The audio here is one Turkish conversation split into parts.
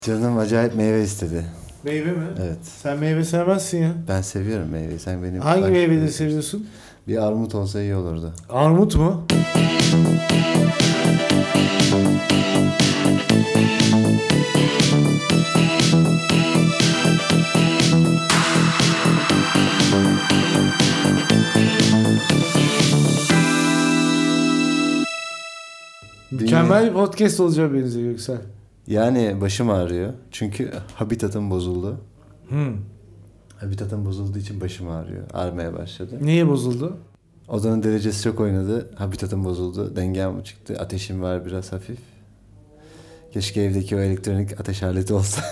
Canım acayip meyve istedi. Meyve mi? Evet. Sen meyve sevmezsin ya. Ben seviyorum meyveyi. Sen benim... Hangi başka meyveleri bir- seviyorsun? Bir armut olsa iyi olurdu. Armut mu? Mükemmel bir podcast olacağı benziyor Göksel. Yani başım ağrıyor. Çünkü habitatım bozuldu. Hmm. Habitatım bozulduğu için başım ağrıyor. Ağrımaya başladı. Niye bozuldu? Odanın derecesi çok oynadı. Habitatım bozuldu. Dengem çıktı. Ateşim var biraz hafif. Keşke evdeki o elektronik ateş aleti olsa.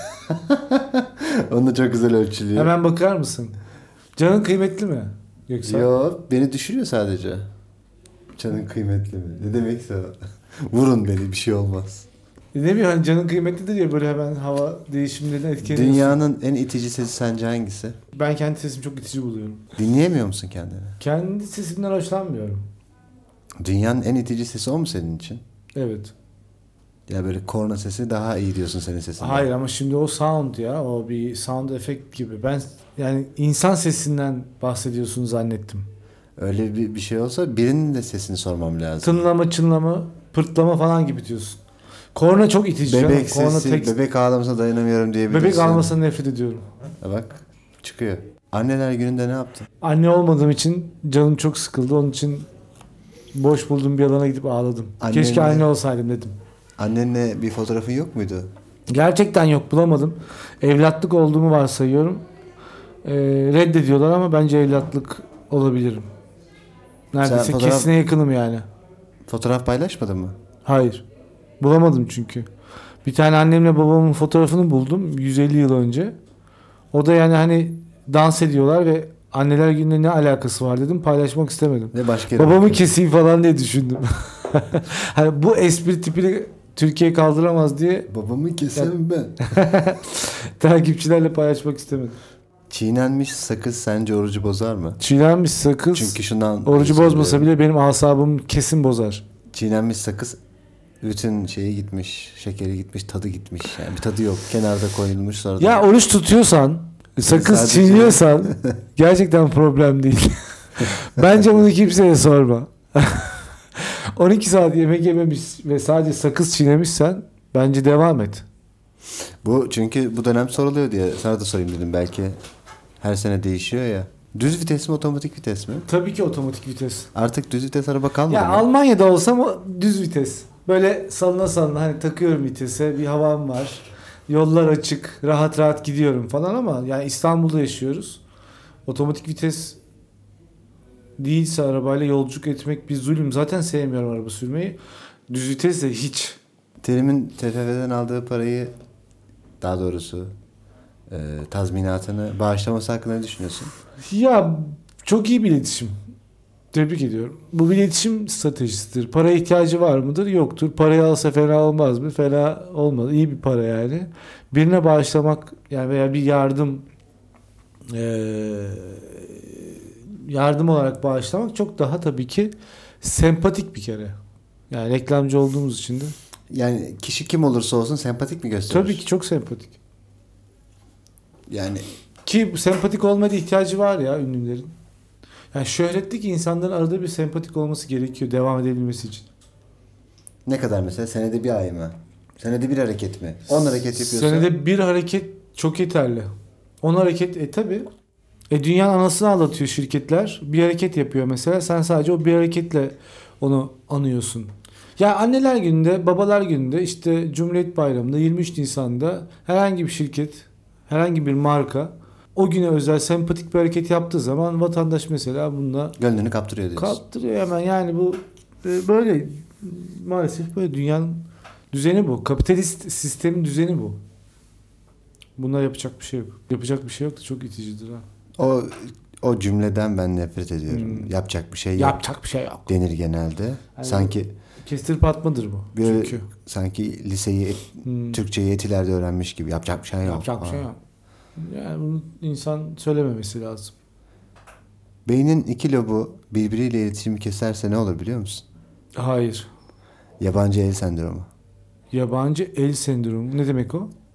Onu çok güzel ölçülüyor. Hemen bakar mısın? Canın kıymetli mi Göksel? Yo, beni düşürüyor sadece. Canın kıymetli mi? Ne demekse o. Vurun beni, bir şey olmaz. Ne bileyim hani canın kıymetlidir ya, böyle hemen hava değişimlerinden etkileniyorsun. Dünyanın en itici sesi sence hangisi? Ben kendi sesimi çok itici buluyorum. Dinleyemiyor musun kendini? Kendi sesimden hoşlanmıyorum. Dünyanın en itici sesi o mu senin için? Evet. Ya böyle korna sesi daha iyi diyorsun senin sesinden. Hayır ama şimdi o sound ya, o bir sound efekt gibi. Ben yani insan sesinden bahsediyorsun zannettim. Öyle bir şey olsa birinin de sesini sormam lazım. Tınlama, çınlama, pırtlama falan gibi diyorsun. Korna çok itici canım. Bebek Korna sesi, tek... bebek ağlamasına dayanamıyorum diyebilirsin. Bebek ağlamasına nefret ediyorum. Ha bak çıkıyor. Anneler gününde ne yaptın? Anne olmadığım için canım çok sıkıldı. Onun için boş bulduğum bir alana gidip ağladım. Keşke anne olsaydım dedim. Annenle bir fotoğrafın yok muydu? Gerçekten yok, bulamadım. Evlatlık olduğumu varsayıyorum. Reddediyorlar ama bence evlatlık olabilirim. Neredeyse kesine yakınım yani. Fotoğraf paylaşmadın mı? Hayır. Bulamadım çünkü. Bir tane annemle babamın fotoğrafını buldum 150 yıl önce. O da yani hani dans ediyorlar ve anneler gününe ne alakası var dedim, paylaşmak istemedim. Ve başka yere Babamı bakıyorsun. keseyim falan diye düşündüm. Hani bu espri tipini Türkiye kaldıramaz diye Babamı keserim ben. takipçilerle paylaşmak istemedim. Çiğnenmiş sakız sence orucu bozar mı? Çiğnenmiş sakız Çünkü şundan orucu bozmasa söylüyorum. bile benim asabım kesin bozar. Çiğnenmiş sakız bütün şeyi gitmiş, şekeri gitmiş, tadı gitmiş. Yani bir tadı yok. Kenarda koyulmuş sonra. Ya oruç tutuyorsan, sakız Sadece- çiğniyorsan gerçekten problem değil. Bence bunu kimseye sorma. 12 saat yemek yememiş ve sadece sakız çiğnemişsen bence devam et. Bu çünkü bu dönem soruluyor diye sana da sorayım dedim. Belki her sene değişiyor ya. Düz vites mi otomatik vites mi? Tabii ki otomatik vites. Artık düz vites araba kalmadı Ya mı? Almanya'da olsam o düz vites. Böyle salına salına hani takıyorum vitese, bir havam var. Yollar açık, rahat rahat gidiyorum falan ama yani İstanbul'da yaşıyoruz. Otomatik vites değilse arabayla yolculuk etmek bir zulüm. Zaten sevmiyorum araba sürmeyi. Düz vites de hiç. Terim'in TFF'den aldığı parayı, daha doğrusu tazminatını bağışlaması hakkında ne düşünüyorsun? Ya çok iyi bir iletişim. Tebrik ediyorum. Bu bir iletişim stratejisidir. Paraya ihtiyacı var mıdır? Yoktur. Parayı alsa fena olmaz mı? Fena olmaz. İyi bir para yani. Birine bağışlamak yani veya bir yardım olarak bağışlamak çok daha tabii ki sempatik bir kere. Yani reklamcı olduğumuz için de. Yani kişi kim olursa olsun sempatik mi gösterir? Tabii ki çok sempatik. Yani Ki sempatik olmaya da ihtiyacı var ya ünlülerin. Yani şöhretlik insanların arada bir sempatik olması gerekiyor devam edebilmesi için. ne kadar mesela? Senede bir ay mı? Senede bir hareket mi? 10 hareket yapıyorsa. Senede bir hareket çok yeterli. 10 hareket tabi. Dünyanın anasını ağlatıyor şirketler. Bir hareket yapıyor mesela. Sen sadece o bir hareketle onu anıyorsun. Ya anneler gününde, babalar gününde, işte Cumhuriyet Bayramı'nda, 23 Nisan'da herhangi bir şirket, herhangi bir marka o güne özel sempatik bir hareket yaptığı zaman vatandaş mesela bununla Gönlünü kaptırıyor diyorsun. kaptırıyor hemen. Yani bu böyle maalesef böyle dünyanın düzeni bu. Kapitalist sistemin düzeni bu. Buna yapacak bir şey yok. Yapacak bir şey yok da çok iticidir ha. O cümleden ben nefret ediyorum. Yapacak bir şey yok. Yapacak bir şey yok. Denir genelde. Yani sanki kestirip atmadır bu. böyle, Çünkü. sanki liseyi Türkçeyi Etiler'de öğrenmiş gibi. Yapacak bir şey yok. Yapacak bir şey yok. Yani bunu insan söylememesi lazım. Beynin iki lobu birbiriyle iletişimi keserse ne olur biliyor musun? Hayır. Yabancı el sendromu. Yabancı el sendromu. Ne demek o?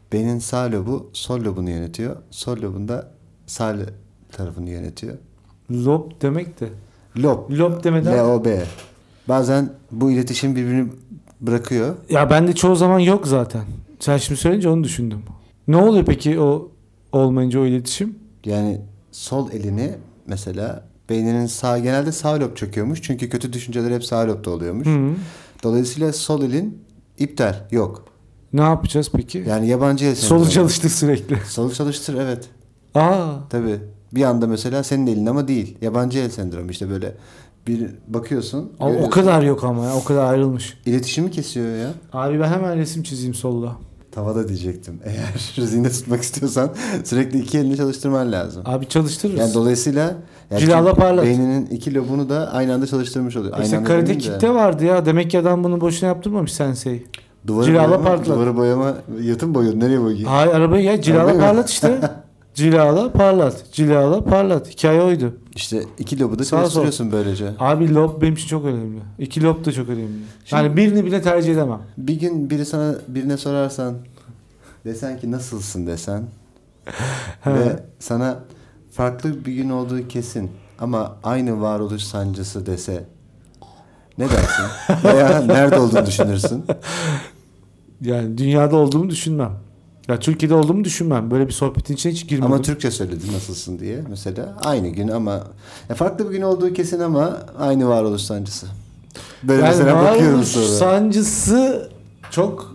Beynin sağ lobu sol lobunu yönetiyor. Sol lobunda sağ tarafını yönetiyor. Lob demek de. Lob. Lob demeden. L-O-B. Bazen bu iletişim birbirini bırakıyor. Ya bende çoğu zaman yok zaten. Sen şimdi söyleyince onu düşündüm. Ne oluyor peki o olmayınca o iletişim? Yani sol elini mesela beyninin genelde sağ lob çöküyormuş. Çünkü kötü düşünceler hep sağ lobda oluyormuş. Hı. Dolayısıyla sol elin iptal. Yok. Ne yapacağız peki? Yani yabancı el sendromu. Solu çalıştır sürekli. Solu çalıştır, evet. Aa. Tabii. Bir anda mesela senin elin ama değil. Yabancı el sendromu işte böyle bir bakıyorsun. O kadar yok ama ya. O kadar ayrılmış. İletişimi kesiyor ya. Abi ben hemen resim çizeyim solla. Tavada diyecektim. Eğer zihinde tutmak istiyorsan sürekli iki elini çalıştırman lazım. Abi çalıştırırız. Yani dolayısıyla Cilala parlat. beyninin iki lobunu da aynı anda çalıştırmış oluyor. Aynı İşte anda Karate demeyeyim de. Kid'de vardı ya. Demek ki adam bunu boşuna yaptırmamış sensei. Cilala parlat. Duvarı boyama yatın boyu. Nereye boyayım? Hayır arabayı ya cilala Arabayı mı? parlat işte. Cilala parlat. Cilala parlat. Hikaye oydu. İşte iki lobu da Sağ sol. çalıştırıyorsun böylece. Abi lob benim için çok önemli. İki lob da çok önemli. Yani birini bile tercih edemem. Bir gün birine sorarsan, desen ki nasılsın desen ve sana farklı bir gün olduğu kesin ama aynı varoluş sancısı dese ne dersin? Veya nerede olduğunu düşünürsün? Yani dünyada olduğumu düşünmem. Ya Türkiye'de olduğumu düşünmem. Böyle bir sohbetin içine hiç girmedim. Ama Türkçe söyledin nasılsın diye. Mesela aynı gün ama farklı bir gün olduğu kesin ama aynı varoluş sancısı. Böyle yani mesela bakıyorum varoluş sonra. sancısı çok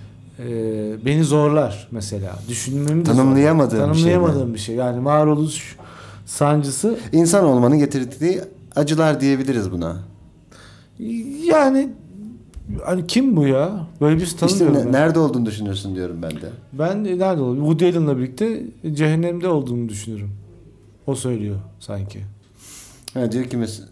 beni zorlar mesela. Düşünmemi de Tanımlayamadığın zorlar. bir şey mi? Tanımlayamadığım bir şey. Yani varoluş sancısı İnsan olmanın getirdiği acılar diyebiliriz buna. yani hani kim bu ya? Böyle birisi İşte tanımıyorum ben. nerede olduğunu düşünürsün diyorum ben de. Ben nerede oldum? Woody Allen'la birlikte cehennemde olduğumu düşünürüm. O söylüyor sanki. Ha, diyor ki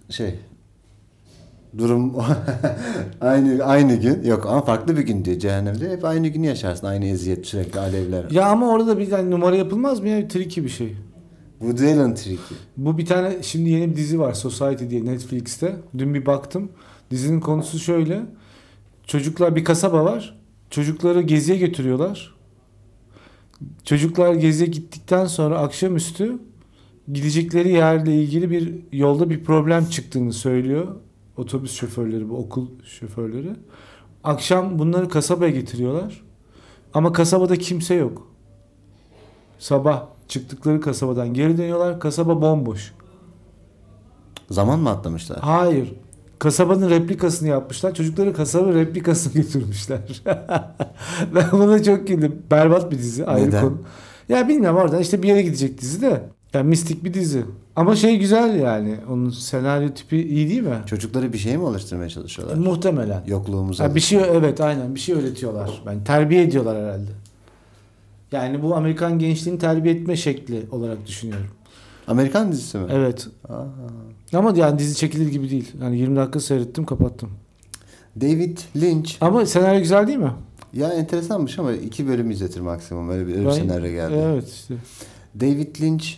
durum aynı gün yok ama farklı bir gün diyor cehennemde. Hep aynı günü yaşarsın. Aynı eziyet, sürekli alevler. Ya ama orada bir tane numara yapılmaz mı ya? Tricky bir şey. Woody Allen tricky. Bu bir tane şimdi yeni bir dizi var Society diye Netflix'te. Dün bir baktım. Dizinin konusu şöyle. Çocuklar bir kasaba var. Çocukları geziye götürüyorlar. Çocuklar geziye gittikten sonra akşamüstü gidecekleri yerle ilgili bir yolda bir problem çıktığını söylüyor. Otobüs şoförleri, bu okul şoförleri. Akşam bunları kasabaya getiriyorlar. Ama kasabada kimse yok. Sabah çıktıkları kasabadan geri dönüyorlar. Kasaba bomboş. Zaman mı atlamışlar? Hayır. Kasabanın replikasını yapmışlar. Çocukları kasaba replikasını götürmüşler. Ben buna çok güldüm. Berbat bir dizi. Ayrı Neden? konu. Ya bilmiyorum oradan işte bir yere gidecek dizi de. Yani mistik bir dizi. Ama şey güzel yani. Onun senaryo tipi iyi değil mi? Çocukları bir şey mi alıştırmaya çalışıyorlar? Muhtemelen. Yokluğumuza. Ha, bir şey evet aynen bir şey öğretiyorlar. Yani terbiye ediyorlar herhalde. Yani bu Amerikan gençliğini terbiye etme şekli olarak düşünüyorum. Amerikan dizisi mi? Evet. Aa. Ama yani dizi çekilir gibi değil. Yani 20 dakika seyrettim kapattım. David Lynch. Ama senaryo güzel değil mi? Ya enteresanmış ama 2 bölüm izletir maksimum. Öyle bir senaryo geldi. Evet işte. David Lynch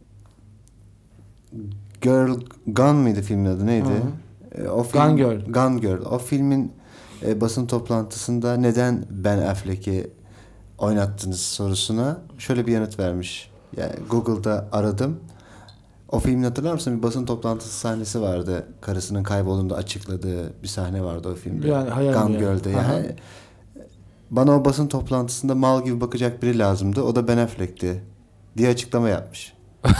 Girl Gone mıydı filmin adı neydi? O film, Gone Girl. Gone Girl. O filmin basın toplantısında neden Ben Affleck'i oynattınız sorusuna şöyle bir yanıt vermiş. Yani Google'da aradım. O filmin hatırlar mısın? Bir basın toplantısı sahnesi vardı. Karısının kaybolduğunda açıkladığı bir sahne vardı o filmde. Yani hayal Gone mi Girl'de. Aha. Yani bana o basın toplantısında mal gibi bakacak biri lazımdı. O da Ben Affleck'ti diye açıklama yapmış.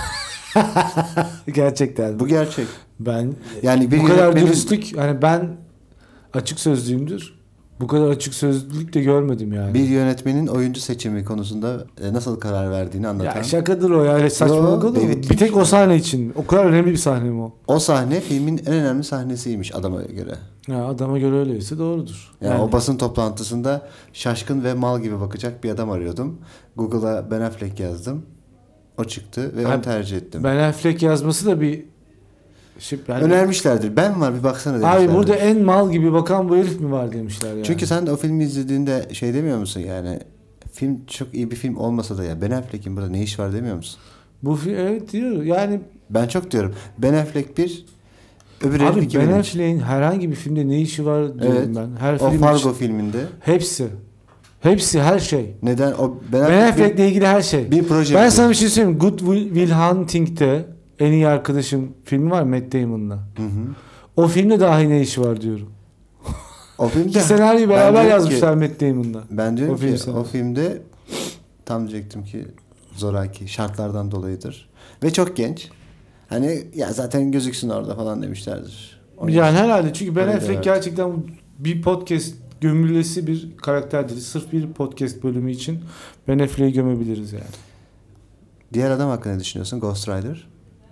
Gerçekten. Bu gerçek. Ben Yani bir bu kadar yönetmenin- dürüstlük hani ben açık sözlüyümdür. Bu kadar açık sözlülük de görmedim yani. Bir yönetmenin oyuncu seçimi konusunda nasıl karar verdiğini anlatan. Ya şakadır o ya. Öyle saçmalık Yo, olur mu? David Bir tek o sahne için. O kadar önemli bir sahne mi o? O sahne filmin en önemli sahnesiymiş adama göre. Ya adama göre öyleyse doğrudur. Yani o basın toplantısında şaşkın ve mal gibi bakacak bir adam arıyordum. Google'a Ben Affleck yazdım. O çıktı ve Ha, onu tercih ettim. Ben Affleck yazması da bir şey. Yani, Önermişlerdir. Ben var bir baksana demişlerdir. abi burada en mal gibi bakan bu herif mi var demişler yani. Çünkü sen de o filmi izlediğinde şey demiyor musun yani film çok iyi bir film olmasa da ya Ben Affleck'in burada ne iş var demiyor musun? bu evet diyor. Yani Ben çok diyorum. Ben Affleck bir öbür herif abi iki Ben benim için. Affleck'in herhangi bir filmde ne işi var diyorum Evet. ben. Her O film Fargo için. filminde. Hepsi. Hepsi, her şey. Neden? O Ben Ben Affleck Affleck'le ilgili her şey. bir proje Ben yapıyor. sana bir şey söyleyeyim. Good Will Hunting'te En iyi Arkadaşım filmi var Matt Damon'la. Hı hı. O filmde dahi ne işi var diyorum. O filmde İki senaryoyu ben beraber diyorum yazmışlar ki- Matt Damon'la. Ben diyorum O film ki sana. o filmde tam diyecektim ki zoraki şartlardan dolayıdır. Ve çok genç. Hani ya zaten gözüksün orada falan demişlerdir. Onun Yani için. herhalde çünkü Ben Öyle Affleck evet. gerçekten bir podcast gömülesi bir karakterdir. Sırf bir podcast bölümü için Ben Affleck'i gömebiliriz yani. Diğer adam hakkında ne düşünüyorsun? Ghost Rider.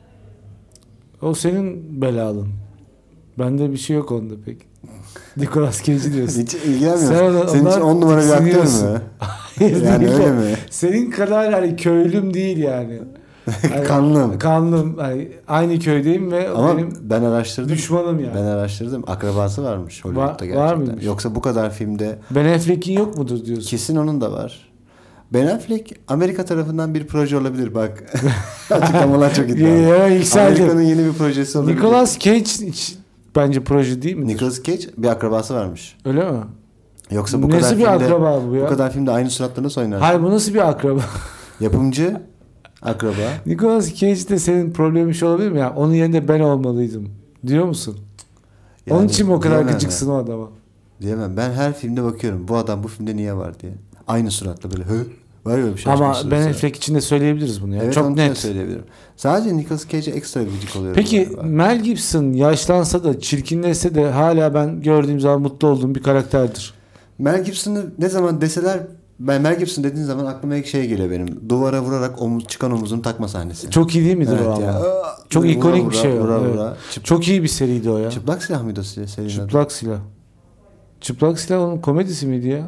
O senin belalın. Bende bir şey yok onda pek. Nicolas Cage'i diyorsun. Hiç ilgilenmiyorsun. Sen ona- Senin için ondan 10 numara bir aktör tiksiniyorsun. mü? Hayır, Yani değil öyle de. mi? Senin kadar hani köylüm değil yani. Hani Kanlım. Kanlım. Hani aynı köydeyim ve Ama benim ben araştırdım. düşmanım yani. Ben araştırdım. Akrabası varmış Hollywood'da Var gerçekten. mıymış? Yoksa bu kadar filmde Ben Affleck'in yok mudur diyorsun. kesin onun da var. Ben Affleck Amerika tarafından bir proje olabilir bak. Açıklamalar çok iddialı. Ya, yükseldim. Amerika'nın yeni bir projesi olabilir. Nicolas Cage hiç bence proje değil midir? Nicolas Cage bir akrabası varmış. Öyle mi? Yoksa bu Nasıl kadar bir filmde akraba bu ya? bu kadar filmde aynı suratla nasıl oynar? Hayır, bu nasıl bir akraba? Yapımcı akraba. Nicolas Cage de senin problemin şey olabilir mi ya? Onun yerinde ben olmalıydım. Diyor musun? Onun için mi o kadar diyemem gıcıksın o adama? Diyemem. Ben her filmde bakıyorum. Bu adam bu filmde niye var diye. Aynı suratla böyle. Var ya öyle bir şey. Ama açmış Ben suratı. Affleck için de söyleyebiliriz bunu ya. Evet, Çok onu da net. söyleyebilirim. Sadece Nicolas Cage'e ekstra gıcık oluyorum. Peki galiba. Mel Gibson yaşlansa da çirkinleşse de hala ben gördüğüm zaman mutlu olduğum bir karakterdir. Mel Gibson'ı ne zaman deseler ben Mel Gibson dediğin zaman aklıma ilk şey geliyor benim. Duvara vurarak çıkan omuzunu takma sahnesi. Çok iyi değil midir Evet o ama? ya. Çok Vura ikonik vura, bir şey o. vura Evet. vura. Çok iyi bir seriydi o ya. Çıplak silah mıydı o serinin adı? Çıplak Silah. Çıplak Silah onun komedisi miydi ya?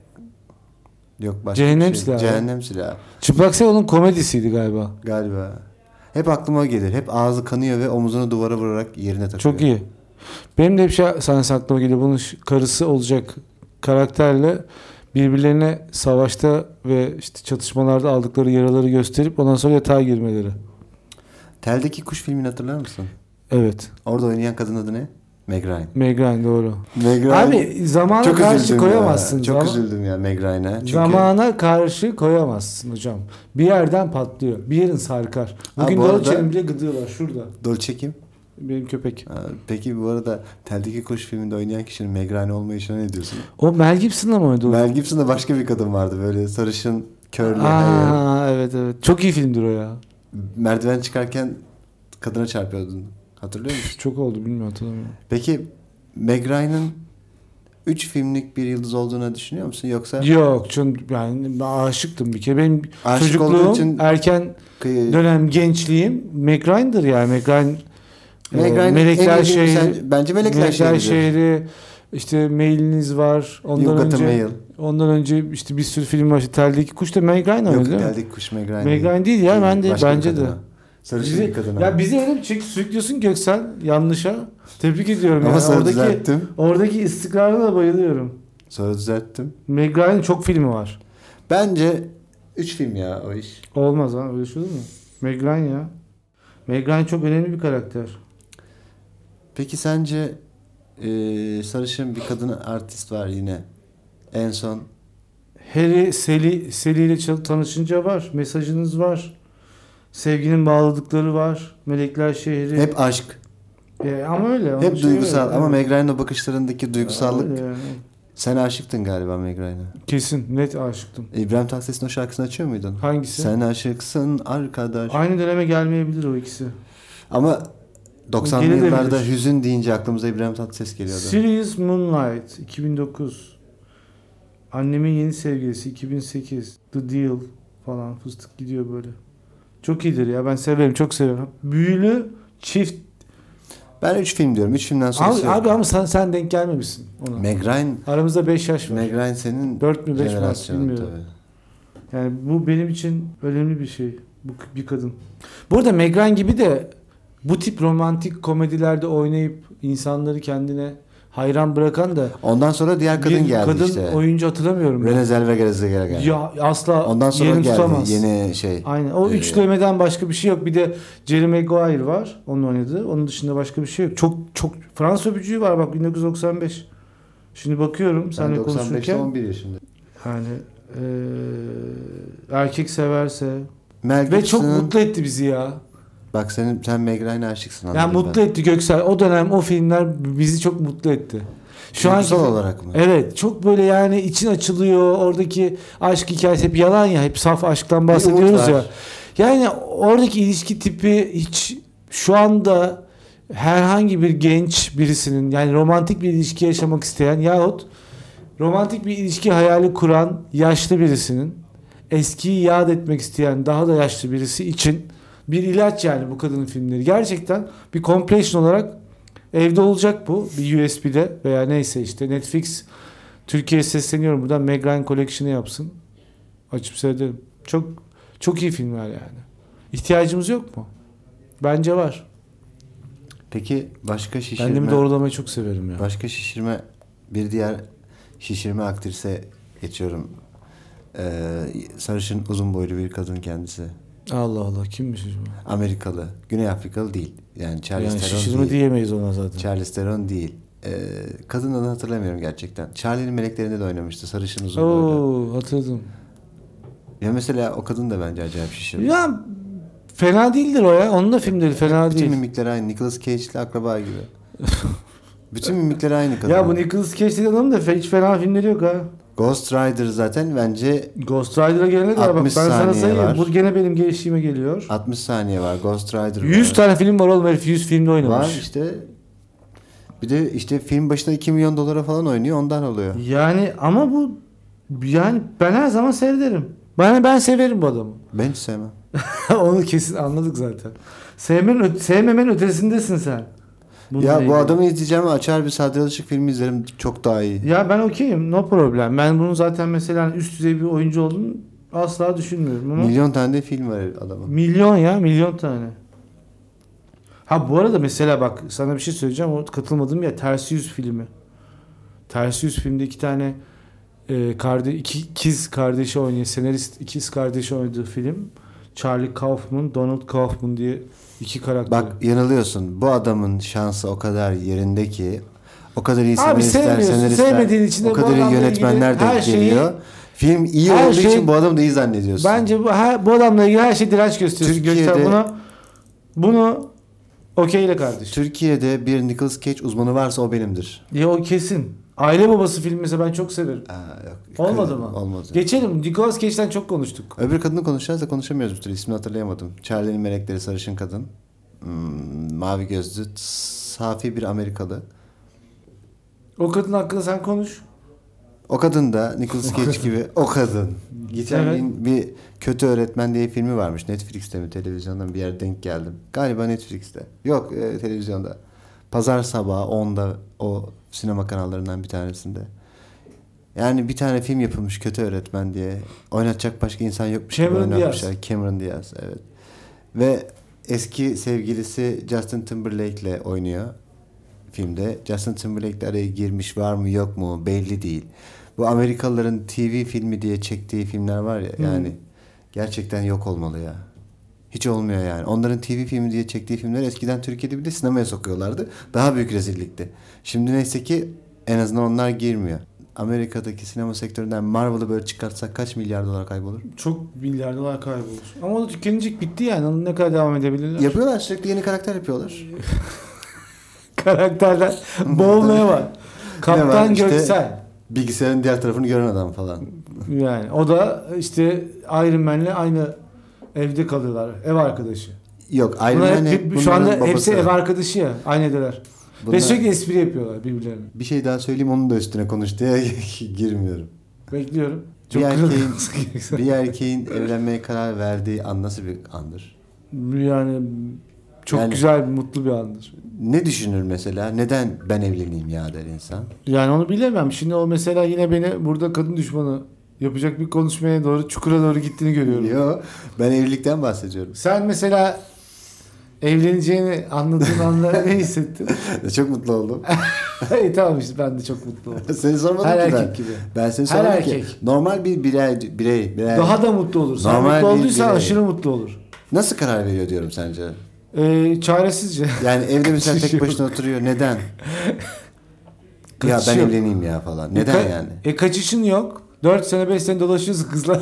Yok başka Cehennem bir şey. Silahı. Cehennem silahı Çıplak Silah onun komedisiydi galiba. galiba. Hep aklıma gelir. Hep ağzı kanıyor ve omuzunu duvara vurarak yerine takıyor. Çok iyi. Benim de bir şey sahnesi aklıma geliyor. Bunun karısı olacak karakterle birbirlerine savaşta ve işte çatışmalarda aldıkları yaraları gösterip ondan sonra yatağa girmeleri. Teldeki Kuş filmini hatırlar mısın? Evet. Orada oynayan kadın adı ne? Meg Ryan. Meg Ryan doğru. Meg Ryan. Abi zamana Çok karşı üzüldüm koyamazsın. ya. Çok üzüldüm ya Meg Ryan'a. Çünkü Zamana karşı koyamazsın hocam. Bir yerden patlıyor. Bir yerin sarkar. Bugün bu arada- Dolce'nin bile gıdığı var şurada. Dolce kim? Benim köpek. Ha, peki bu arada Teldeki Kuş filminde oynayan kişinin Meg Ryan olmayışına ne diyorsun? O Mel Gibson'la mı oynadı? Mel Gibson'da başka bir kadın vardı böyle sarışın, körlü, hayır. Aa, evet evet. Çok iyi filmdir o ya. Merdiven çıkarken kadına çarpıyordun. Hatırlıyor musun? Çok oldu bilmiyorum, hatırlamıyorum. Peki Meg Ryan'ın 3 filmlik bir yıldız olduğunu düşünüyor musun? Yoksa Yok yani ben aşıktım bir kere. Benim aşık olduğun çocukluğum, için erken dönem gençliğim Meg Ryan'dır yani. Meg Ryan, Meg Ryan Melekler en iyi film Şehri, bence Melekler Şehri'dir. Şehri, işte Mailiniz var. You Got a Mail. Ondan önce işte bir sürü film var. İşte Teldeki Kuş da Meg Ryan oynadı Yok değil mi? Teldeki Kuş Meg Ryan. Meg Ryan değil ya, ben de Başka bir bence de. kadına. Sarışın Bizi, bir kadına. ya bizi öyle bir sürüklüyorsun Göksel yanlışa. Tebrik ediyorum. Ama Yani. sonra düzelttim. Oradaki istikrarına da bayılıyorum. Sonra düzelttim. Meg Ryan'ın çok filmi var. Bence 3 film ya o iş. Olmaz ha, öyle şey olur mu? Meg Ryan ya. Meg Ryan çok önemli bir karakter. Peki sence sarışın bir kadın artist var yine. En son Harry Sally ile tanışınca var. Mesajınız var. Sevginin bağladıkları var. Melekler Şehri. hep aşk. Ama öyle. Hep şey duygusal öyle. ama Meg Ryan'ın o bakışlarındaki duygusallık. Öyle yani. Sen aşıktın galiba Meg Ryan'a. Kesin net aşıktım. İbrahim Tatlıses'in o şarkısını açıyor muydun? Hangisi? Sen aşıksın arkadaş. Aynı döneme gelmeyebilir o ikisi. Ama 90'lı Gelebilir. yıllarda hüzün deyince aklımıza İbrahim Tatlıses geliyordu. Serious Moonlight 2009. Annemin yeni sevgilisi 2008. The Deal falan fıstık gidiyor böyle. Çok iyidir ya, ben severim, çok severim. Büyülü çift. Ben 3 film diyorum. 3 filmden sonra Abi ama sen denk gelmemişsin ona. Meg Ryan, Aramızda 5 yaş var. Meg Ryan senin 4 mü 5 mi jenerasyonun bilmiyorum. tabii. Yani bu benim için önemli bir şey. Bu bir kadın. Bu arada Meg Ryan gibi de bu tip romantik komedilerde oynayıp insanları kendine hayran bırakan da Ondan sonra diğer kadın bir geldi kadın işte. oyuncu hatırlamıyorum. Renée Zellweger'e geldi. Ya asla Ondan sonra yerini geldi tutamaz. yeni şey. Aynen. O Ee, üçlemeden başka bir şey yok. Bir de Jerry Maguire var. Onun oynadığı. Onun dışında başka bir şey yok. Çok Fransız öpücüğü var bak 1995. Şimdi bakıyorum Ben seninle 95'te konuşurken. 11 yaşında. Yani erkek severse Mel ve çok Gibson'ın- mutlu etti bizi ya. Bak sen Meg Ryan'a aşıksın. Yani anladım mutlu ben. etti Göksel. O dönem o filmler bizi çok mutlu etti. Şu Duygusal anki olarak mı? evet, çok böyle yani için açılıyor. Oradaki aşk hikayesi hep yalan ya. Hep saf aşktan Bir umut bahsediyoruz var. ya. Yani oradaki ilişki tipi hiç şu anda herhangi bir genç birisinin, yani romantik bir ilişki yaşamak isteyen yahut romantik bir ilişki hayali kuran yaşlı birisinin eskiyi yad etmek isteyen daha da yaşlı birisi için bir ilaç yani bu kadının filmleri. Gerçekten bir completion olarak evde olacak bu. Bir USB'de veya neyse işte Netflix Türkiye'ye sesleniyorum. Buradan Meg Ryan Collection'ı yapsın. Açıp seyrederim. Çok çok iyi filmler yani. İhtiyacımız yok mu? Bence var. Peki başka şişirme... Kendimi doğrulamayı çok severim ya. Başka şişirme... Bir diğer şişirme aktrise geçiyorum. Sarışın uzun boylu bir kadın kendisi. Allah Allah, kimmiş acaba? Amerikalı. Güney Afrikalı değil. Yani Charlize Yani Theron şişirme değil. diyemeyiz ona zaten. Charlize Theron değil. Kadın adını hatırlamıyorum gerçekten. Charlie'nin Meleklerinde de oynamıştı. Sarışın uzun boylu. Oo, hatırladım. Ya mesela o kadın da bence acayip şişirme. Ya fena değildir o ya. Onun da filmleri fena Bütün değil. mimikleri aynı. Nicolas Cage'le akraba gibi. Bütün mimikleri aynı kadın. Ya bu Nicolas Cage dediğin adam da hiç fena filmleri yok ha. Ghost Rider zaten bence Ghost Rider'a gelene kadar bak ben 60 sana saniye sayayım. var. Bu gene benim gelişime geliyor. 60 saniye var. Ghost Rider 100 var. tane film var oğlum, herif 100 filmde oynamış. Var işte. Bir de işte film başına 2 milyon dolara falan oynuyor. Ondan oluyor. Yani ama bu, yani ben her zaman seyrederim. Ben severim bu adamı. Ben hiç sevmem. Onu kesin anladık zaten. Sevmemenin ötesindesin sen. Bununla Ya bu ilgili. adamı izleyeceğim, açar bir Sadri Alışık filmi izlerim, çok daha iyi. Ya ben okeyim, no problem. Ben bunun zaten mesela üst düzey bir oyuncu olduğunu asla düşünmüyorum ama Milyon tane de film var adamın. milyon tane. Ha bu arada mesela bak sana bir şey söyleyeceğim. O katılmadığım ya, Ters Yüz filmi. Ters Yüz filmde iki tane iki ikiz kardeşi oynayan senarist, ikiz kardeşi oynadığı film. Charlie Kaufman, Donald Kaufman diye iki karakter. Bak yanılıyorsun. Bu adamın şansı o kadar yerinde ki, o kadar iyi Abi sevmiyorsun, sevmediğin için de o bu kadar iyi adamla yönetmenler ilgili her denk şeyi- geliyor. Film iyi her olduğu şey- için bu adamı da iyi zannediyorsun. Bence bu adamla ilgili her şey direnç gösteriyorsun. Türkiye'de- Göksel bunu okeyle kardeşim. Türkiye'de bir Nicolas Cage uzmanı varsa o benimdir. Ya o kesin. Aile Babası filmi mesela ben çok severim. Yok. Olmadı mı? Olmadı. Geçelim. Nicolas Cage'den çok konuştuk. Öbür kadını konuşacağız da konuşamıyoruz bir türlü. İsmini hatırlayamadım. Charlie'nin Melekleri, sarışın kadın. Mavi gözlü, safi bir Amerikalı. O kadın hakkında sen konuş. O kadın da Nicolas Cage gibi o kadın. Geçen Evet. gün bir Kötü Öğretmen diye filmi varmış. Netflix'te mi, televizyondan bir yere denk geldim. Galiba Netflix'te. Yok, televizyonda. Pazar sabahı 10'da o sinema kanallarından bir tanesinde. Yani bir tane film yapılmış Kötü Öğretmen diye. Oynatacak başka insan yokmuş gibi Cameron oynatmışlar. Cameron Diaz, evet. Ve eski sevgilisi Justin Timberlake'le oynuyor filmde. Justin Timberlake'le araya girmiş, var mı yok mu belli değil. Bu Amerikalıların TV filmi diye çektiği filmler var ya, yani gerçekten yok olmalı ya. Hiç olmuyor yani. Onların TV filmi diye çektiği filmler eskiden Türkiye'de bir de sinemaya sokuyorlardı. Daha büyük rezillikti. Şimdi neyse ki en azından onlar girmiyor. Amerika'daki sinema sektöründen Marvel'ı böyle çıkartsak kaç milyar dolar kaybolur? Çok milyar dolar kaybolur. Ama o da tükenecek, bitti yani. Onun ne kadar devam edebilirler? Yapıyorlar, sürekli yeni karakter yapıyorlar. Karakterler boğulmaya var. Ne Kaptan var? İşte Göksel. bilgisayarın diğer tarafını gören adam falan. Yani o da işte Iron Man'le aynı evde kalıyorlar. Ev arkadaşı. Yok, Iron Bunlar Man hep, şu bunların anda babası. hepsi ev arkadaşı ya. Aynı evdeler. Bunlar- Ve sürekli espri yapıyorlar birbirlerine. Bir şey daha söyleyeyim, onun da üstüne konuş diye girmiyorum. Bekliyorum. Bir erkeğin, kırılgan. bir erkeğin evlenmeye karar verdiği an nasıl bir andır? Yani çok Yani- güzel, mutlu bir andır. Ne düşünür mesela? Neden ben evleneyim ya der insan. Yani onu bilemem. Şimdi o mesela yine beni burada kadın düşmanı yapacak bir konuşmaya doğru, çukura doğru gittiğini görüyorum. Yok, ben evlilikten bahsediyorum. Sen mesela evleneceğini anladığın anda ne hissettin? Çok mutlu oldum. Tamam işte ben de çok mutlu oldum. Seni sormadım Her ki ben. erkek gibi. Ben seni Her sormadım ki. erkek. Normal bir birey. Daha da mutlu olur. Sen Normal mutlu bir olduysan birey. aşırı mutlu olur. Nasıl karar veriyor diyorum sence? Çaresizce. Yani evde mesela tek Şey başına oturuyor. Neden? Ya ben Kaçışıyor. evleneyim ya falan. Neden yani? Kaçışın yok. 4 sene 5 sene dolaşıyorsun kızla.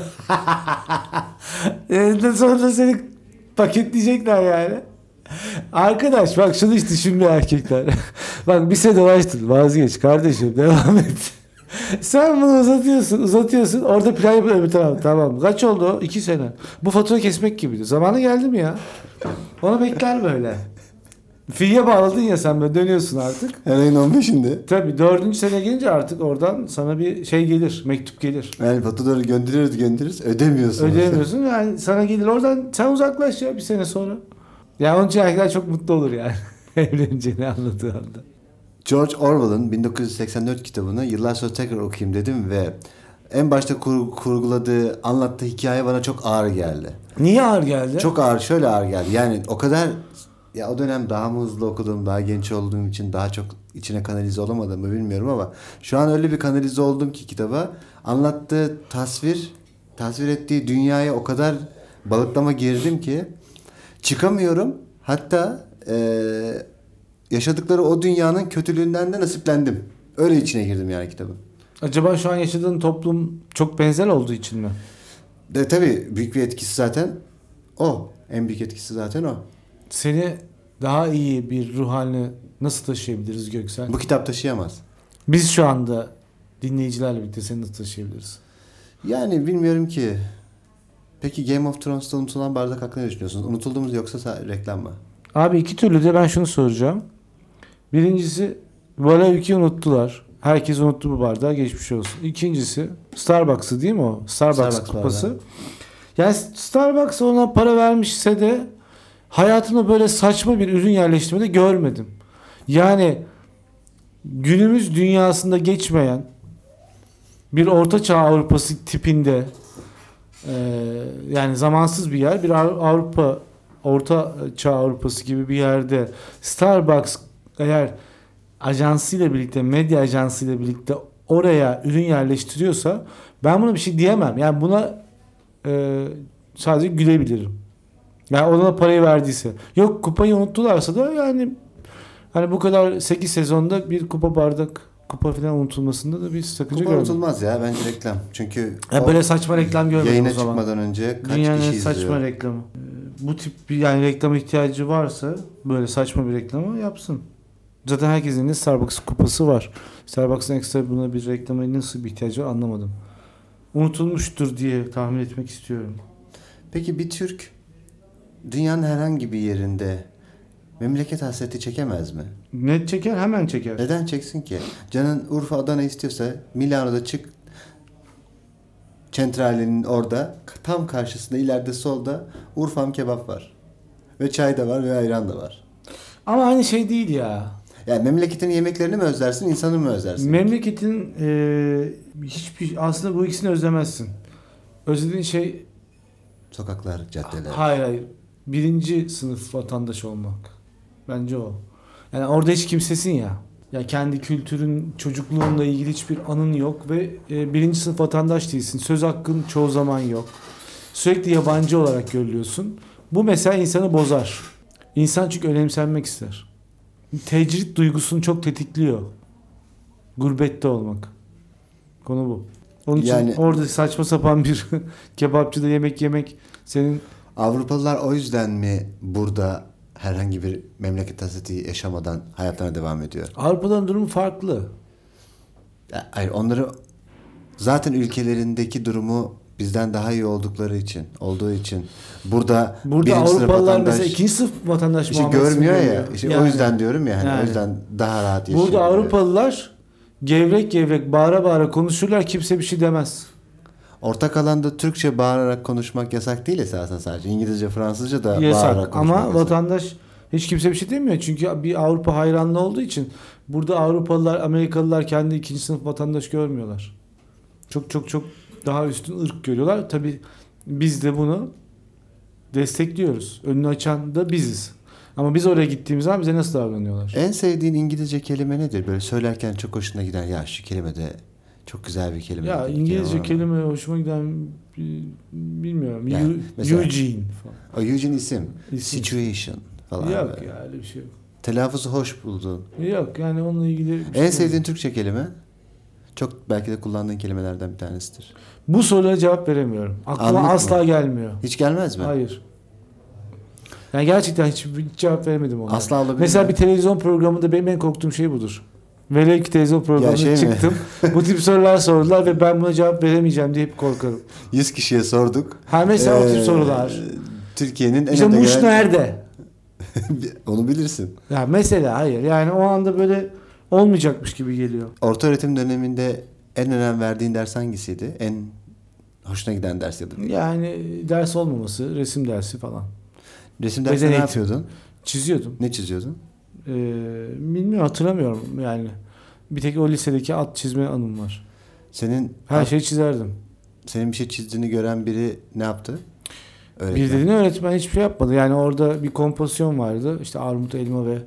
Eninde sonunda seni paketleyecekler yani. Arkadaş bak şunu hiç düşünmüyor erkekler. Bak bir sene dolaştın, vazgeç kardeşim, devam et. Sen bunu uzatıyorsun. Orada plan yapıyor. Tamam. Kaç oldu o? 2 sene. Bu fatura kesmek gibiydi. Zamanı geldi mi ya? Onu bekler böyle. Fiye bağladın ya sen, böyle dönüyorsun artık. Her ayın 15'inde. Tabii 4. sene gelince artık oradan sana bir şey gelir. Mektup gelir. Yani faturaları göndeririz. Ödemiyorsun. Ödeyemiyorsun. Yani sana gelir oradan, sen uzaklaş ya bir sene sonra. Ya onun için erkekler çok mutlu olur yani. Evleneceğini anladığı anda. George Orwell'ın 1984 kitabını yıllar sonra tekrar okuyayım dedim ve en başta kurguladığı, anlattığı hikaye bana çok ağır geldi. Niye ağır geldi? Çok ağır, şöyle ağır geldi. Yani o kadar, ya o dönem daha mı hızlı okudum, daha genç olduğum için daha çok içine kanalize olamadım mı bilmiyorum ama şu an öyle bir kanalize oldum ki kitaba. Anlattığı tasvir ettiği dünyaya o kadar balıklama girdim ki çıkamıyorum. Hatta yaşadıkları o dünyanın kötülüğünden de nasiplendim. Öyle içine girdim yani kitabın. Acaba şu an yaşadığın toplum çok benzer olduğu için mi? Tabii büyük bir etkisi zaten o. En büyük etkisi zaten o. Seni daha iyi bir ruh haline nasıl taşıyabiliriz Göksel? Bu kitap taşıyamaz. Biz şu anda dinleyicilerle birlikte seni nasıl taşıyabiliriz? Yani bilmiyorum ki. Peki Game of Thrones'ta unutulan bardak hakkında ne düşünüyorsunuz? Unutuldu mu yoksa reklam mı? Abi iki türlü de ben şunu soracağım. Birincisi, Volevic'i unuttular. Herkes unuttu bu bardağı, geçmiş olsun. İkincisi Starbucks'ı değil mi o? Starbucks kupası. bardağı. Yani Starbucks ona para vermişse de hayatımda böyle saçma bir ürün yerleştirmede görmedim. Yani günümüz dünyasında geçmeyen bir ortaçağ Avrupası tipinde yani zamansız bir yer, bir Avrupa, orta çağ Avrupası gibi bir yerde Starbucks eğer ajansıyla birlikte, medya ajansıyla birlikte oraya ürün yerleştiriyorsa ben buna bir şey diyemem. Yani buna sadece gülebilirim. Yani ona parayı verdiyse. Yok, kupayı unuttularsa da yani hani bu kadar 8 sezonda bir kupa falan unutulmasında da bir sakınca Kupa görmedim. unutulmaz ya, bence reklam. Çünkü Ya böyle saçma reklam görmedim yayına o zaman. çıkmadan önce kaç Dünyanın kişi en saçma izliyor? reklamı. Bu tip bir yani reklama ihtiyacı varsa böyle saçma bir reklamı yapsın. Zaten herkesin de Starbucks kupası var. Starbucks'ın ekstra buna bir reklama nasıl bir ihtiyacı var anlamadım. Unutulmuştur diye tahmin etmek istiyorum. Peki bir Türk dünyanın herhangi bir yerinde memleket hasreti çekemez mi? Net çeker, hemen çeker. Neden çeksin ki? Canın Urfa, Adana istiyorsa Milano'da çık. Centrale'nin orada tam karşısında ileride solda Urfam kebap var. Ve çay da var ve ayran da var. Ama aynı şey değil ya. Yani memleketin yemeklerini mi özlersin, insanı mı özlersin? Memleketin hiçbir aslında bu ikisini özlemezsin. Özlediğin şey Sokaklar, caddeler. hayır. Birinci sınıf vatandaş olmak. Bence o. Yani orada hiç kimsesin ya. Ya kendi kültürün, çocukluğunla ilgili hiçbir anın yok ve birinci sınıf vatandaş değilsin. Söz hakkın çoğu zaman yok. Sürekli yabancı olarak görülüyorsun. Bu mesela insanı bozar. İnsan çünkü önemsenmek ister. Tecrit duygusunu çok tetikliyor. Gurbette olmak. Konu bu. Onun için Yani- orada saçma sapan bir kebapçıda yemek yemek senin Avrupalılar o yüzden mi burada herhangi bir memleket hasreti yaşamadan hayatlarına devam ediyor? Avrupa'dan durumu farklı. Hayır, onları zaten ülkelerindeki durumu bizden daha iyi olduğu için burada birinci sınıf Avrupalılar vatandaş- mesela ikinci sınıf vatandaş İşte muamelesi görmüyor ya. görüyor. İşte Yani o yüzden diyorum ya. Hani yani. o yüzden daha rahat yaşıyor. Burada Avrupalılar gevrek gevrek bağıra bağıra konuşurlar, kimse bir şey demez. Ortak alanda Türkçe bağırarak konuşmak yasak değil esasen sadece. İngilizce, Fransızca da bağırarak Yasak konuşmak ama yasak. vatandaş hiç kimse bir şey demiyor. Çünkü bir Avrupa hayranlığı olduğu için burada Avrupalılar, Amerikalılar kendi ikinci sınıf vatandaş görmüyorlar. Çok çok çok daha üstün ırk görüyorlar. Tabii biz de bunu destekliyoruz. Önünü açan da biziz. Ama biz oraya gittiğimiz zaman bize nasıl davranıyorlar? En sevdiğin İngilizce kelime nedir? Böyle söylerken çok hoşuna giden, ya şu kelime de çok güzel bir kelime. Ya dediğin İngilizce var mı? kelime hoşuma giden bilmiyorum. Yani mesela- Eugene falan. O Eugene isim. İsim. Situation falan. Yok böyle. ya öyle bir şey yok. Telaffuzu hoş buldun. Yok yani onunla ilgili bir En şey sevdiğin Türkçe kelime? Çok belki de kullandığın kelimelerden bir tanesidir. Bu sorulara cevap veremiyorum. Aklıma Anlık asla mı? gelmiyor. Hiç gelmez mi? Hayır. Yani gerçekten hiç cevap veremedim ona. Asla olabilir Mesela mi? bir televizyon programında benim en korktuğum şey budur. Velev ki televizyon programına şey mi? çıktım. Bu tip sorular sordular ve ben buna cevap veremeyeceğim diye hep korkarım. 100 kişiye sorduk. Ha mesela o tip sorular. Türkiye'nin en İşte önde Muş gelen- nerede? Onu bilirsin. Ya mesela hayır. Yani o anda böyle olmayacakmış gibi geliyor. Ortaöğretim döneminde en önem verdiğin ders hangisiydi? En hoşuna giden ders ya da? Yani ders olmaması, resim dersi falan. Resim dersinde Beden ne eğitimi. yapıyordun? Çiziyordum. Ne çiziyordun? Bilmiyorum, hatırlamıyorum yani. Bir tek o lisedeki at çizme anım var. Senin Her şeyi çizerdim. senin bir şey çizdiğini gören biri ne yaptı? Öğretmen. Bir dediğini öğretmen hiçbir şey yapmadı. Yani orada bir kompozisyon vardı. İşte armut, elma ve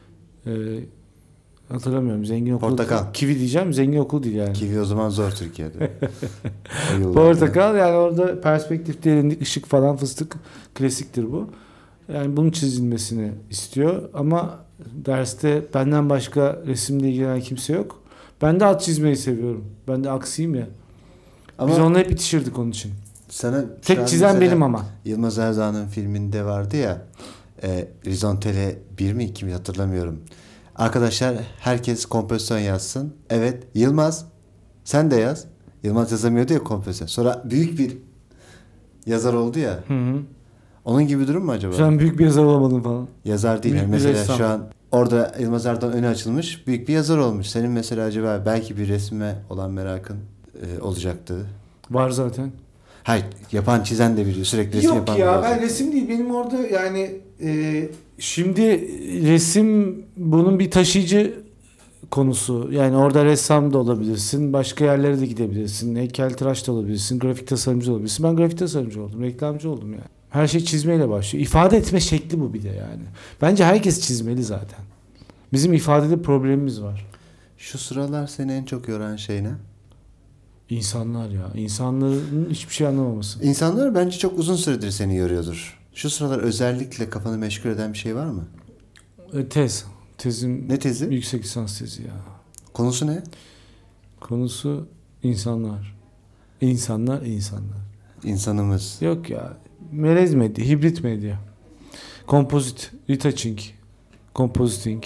hatırlamıyorum. Zengin okulu. Portakal. Kivi diyeceğim. Zengin okulu değil yani. Kivi o zaman zor Türkiye'de. O yıllarda. Portakal, yani orada perspektif, derinlik, ışık falan, fıstık klasiktir bu. Yani bunun çizilmesini istiyor ama derste benden başka resimle ilgilenen kimse yok. Ben de at çizmeyi seviyorum. Ben de aksiyim ya. Ama Biz onunla hep itişirdik onun için. sana şu Tek an çizen mesela benim ama. Yılmaz Erdoğan'ın filminde vardı ya, Rizontele 1 mi 2 mi hatırlamıyorum. Arkadaşlar herkes kompozisyon yazsın. Evet Yılmaz sen de yaz. Yılmaz yazamıyordu ya kompozisyon. Sonra büyük bir yazar oldu ya. Hı hı. Onun gibi bir durum mu acaba? Şu an büyük bir yazar olamadım falan. Yazar değil. Büyük Yani bir mesela ressam. şu an orada Yılmaz Erdoğan önü açılmış. Büyük bir yazar olmuş. Senin mesela acaba belki bir resme olan merakın olacaktı. Var zaten. Hayır, yapan çizen de biliyor. Sürekli resim Yok yapan ya, biri ben olacak. resim değil. Benim orada yani şimdi resim bunun bir taşıyıcı konusu. Yani orada ressam da olabilirsin. Başka yerlere de gidebilirsin. Heykeltıraş da olabilirsin. Grafik tasarımcı olabilirsin. Ben grafik tasarımcı oldum. Reklamcı oldum yani. Her şey çizmeyle başlıyor. İfade etme şekli bu bir de yani. Bence herkes çizmeli zaten. Bizim ifadede problemimiz var. Şu sıralar seni en çok yoran şey ne? İnsanlar ya. İnsanların hiçbir şey anlamaması. İnsanlar bence çok uzun süredir seni yoruyordur. Şu sıralar özellikle kafanı meşgul eden bir şey var mı? Tez. Tezim Ne tezi? yüksek lisans tezi ya. Konusu ne? Konusu insanlar. İnsanlar. İnsanımız. Yok ya. Melez medya, hibrit medya. Kompozit, retouching, compositing.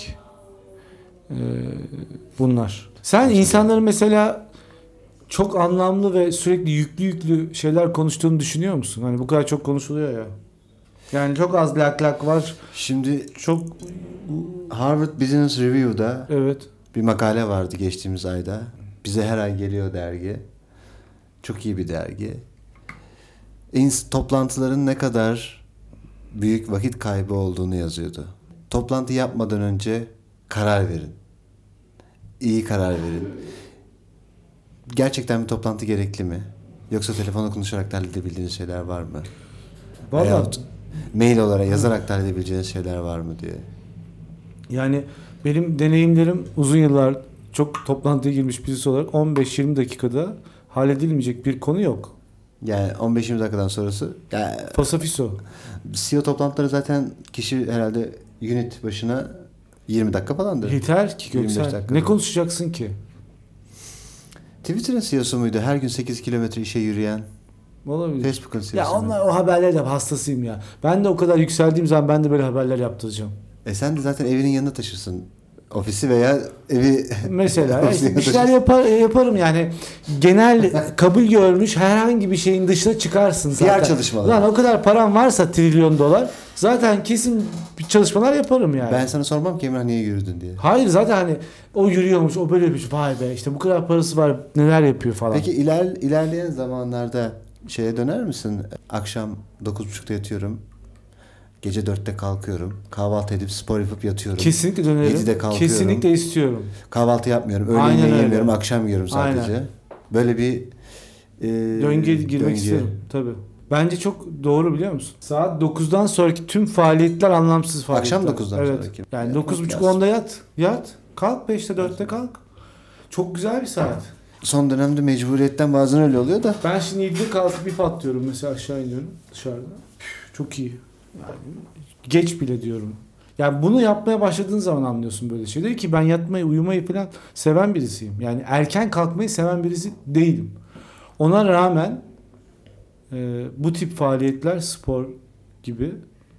Bunlar. Sen insanların mesela çok anlamlı ve sürekli yüklü şeyler konuştuğunu düşünüyor musun? Hani bu kadar çok konuşuluyor ya. Yani çok az lak var. Şimdi Çok Harvard Business Review'da evet. bir makale vardı geçtiğimiz ayda. Bize her ay geliyor dergi. Çok iyi bir dergi. Toplantıların ne kadar büyük vakit kaybı olduğunu yazıyordu. Toplantı yapmadan önce karar verin. İyi karar verin. Gerçekten bir toplantı gerekli mi? Yoksa telefonla konuşarak da halledebildiğiniz şeyler var mı? Vallahi Veyahut mail olarak yazarak da halledebileceğiniz şeyler var mı diye. yani benim deneyimlerim uzun yıllar çok toplantıya girmiş birisi olarak 15-20 dakikada halledilmeyecek bir konu yok. Yani 15-20 dakikadan sonrası. Yani Fasafiso. CEO toplantıları zaten kişi herhalde unit başına 20 dakika falandır. Yeter ki 25 Göksel. dakika. Ne konuşacaksın ki? Twitter'ın CEO'su muydu? Her gün 8 kilometre işe yürüyen. Olabilir. Facebook'un CEO'su. Ya onlar o haberler de hastasıyım ya. Ben de o kadar yükseldiğim zaman ben de böyle haberler yaptıracağım. Sen de zaten evinin yanına taşırsın. Ofisi veya evi... Mesela ofisine bir şeyler taşırsın. yaparım yani. Genel kabul görmüş herhangi bir şeyin dışına çıkarsın zaten. PR çalışmaları. Lan o kadar param varsa trilyon dolar zaten kesin bir çalışmalar yaparım yani. Ben sana sormam ki Emrah niye yürüdün diye. Hayır zaten hani o yürüyormuş, o böyle yapmış. Vay be işte bu kadar parası var, neler yapıyor falan. Peki ilerleyen zamanlarda şeye döner misin? Akşam 9.30'da yatıyorum. Gece 4'te kalkıyorum. Kahvaltı edip spor yapıp yatıyorum. Kesinlikle dönerim. 7'de kalkıyorum. Kesinlikle istiyorum. Kahvaltı yapmıyorum. Öğle Aynen yemeği öyle. yemiyorum. Akşam yiyorum sadece. Aynen. Böyle bir Döngüye girmek isterim tabii. Bence çok doğru, biliyor musun? Saat 9'dan sonraki tüm faaliyetler anlamsız faaliyetler. Akşam 9'dan evet. sonraki. Yani Yatmak 9.30-10'da yat. Yat. Kalk 5'te 4'te kalk. Çok güzel bir saat. Son dönemde mecburiyetten bazen öyle oluyor da. Ben şimdi 7'de kalkıp bir patlıyorum mesela, aşağı iniyorum dışarıda. Çok iyi. Yani geç bile diyorum. Yani bunu yapmaya başladığın zaman anlıyorsun böyle şeyleri ki ben yatmayı, uyumayı falan seven birisiyim. Yani erken kalkmayı seven birisi değilim. Ona rağmen bu tip faaliyetler, spor gibi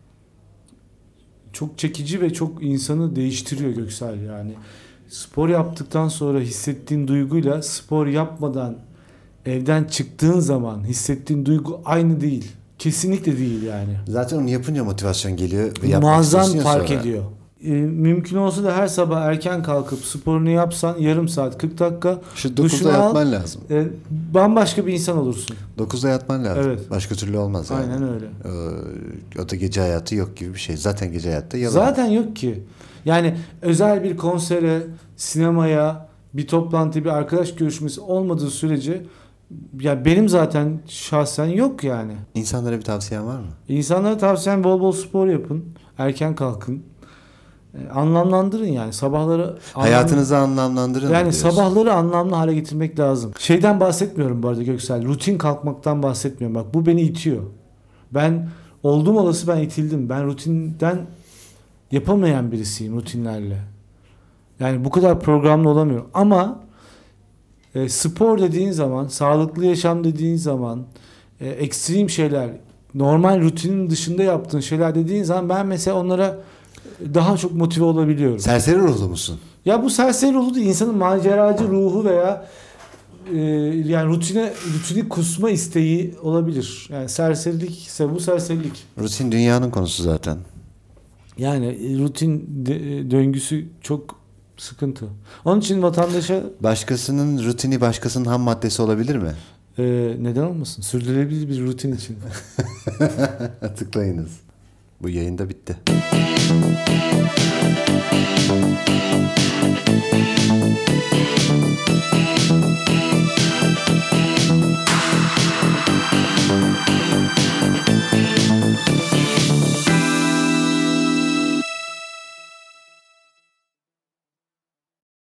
çok çekici ve çok insanı değiştiriyor Göksel yani. Spor yaptıktan sonra hissettiğin duyguyla spor yapmadan evden çıktığın zaman hissettiğin duygu aynı değil. Kesinlikle değil yani. Zaten onu yapınca motivasyon geliyor ve yapmak Muazzam istiyorsun ya fark sonra. ediyor. Mümkün olsa da her sabah erken kalkıp sporunu yapsan yarım saat 40 dakika Şu 9'da duşunu al, yatman lazım. bambaşka bir insan olursun. 9'da yatman lazım. Evet. Başka türlü olmaz yani. Aynen öyle. O da gece hayatı yok gibi bir şey. Zaten gece hayatta yalan. Zaten yok ki. Yani özel bir konsere, sinemaya, bir toplantı, bir arkadaş görüşmesi olmadığı sürece ya benim zaten şahsen yok yani. İnsanlara bir tavsiyen var mı? İnsanlara tavsiyem bol bol spor yapın. Erken kalkın. Anlamlandırın yani. Sabahları Hayatınızı anlamlandırın. yani diyorsun. sabahları anlamlı hale getirmek lazım. Şeyden bahsetmiyorum bu arada Göksel. Rutin kalkmaktan bahsetmiyorum. Bak bu beni itiyor. Ben oldum olası ben itildim. Ben rutinden yapamayan birisiyim rutinlerle. Yani bu kadar programlı olamıyorum. Ama spor dediğin zaman, sağlıklı yaşam dediğin zaman, ekstrem şeyler, normal rutinin dışında yaptığın şeyler dediğin zaman ben mesela onlara daha çok motive olabiliyorum. Serseri ruhlu musun? Ya bu serseri ruhu da insanın maceracı ruhu veya yani rutini kusma isteği olabilir. Yani serserilik ise bu serserilik. Rutin dünyanın konusu zaten. Yani rutin döngüsü çok sıkıntı. Onun için vatandaşa Başkasının rutini başkasının ham maddesi olabilir mi? neden olmasın? Sürdürülebilir bir rutin için. Tıklayınız. Bu yayında bitti.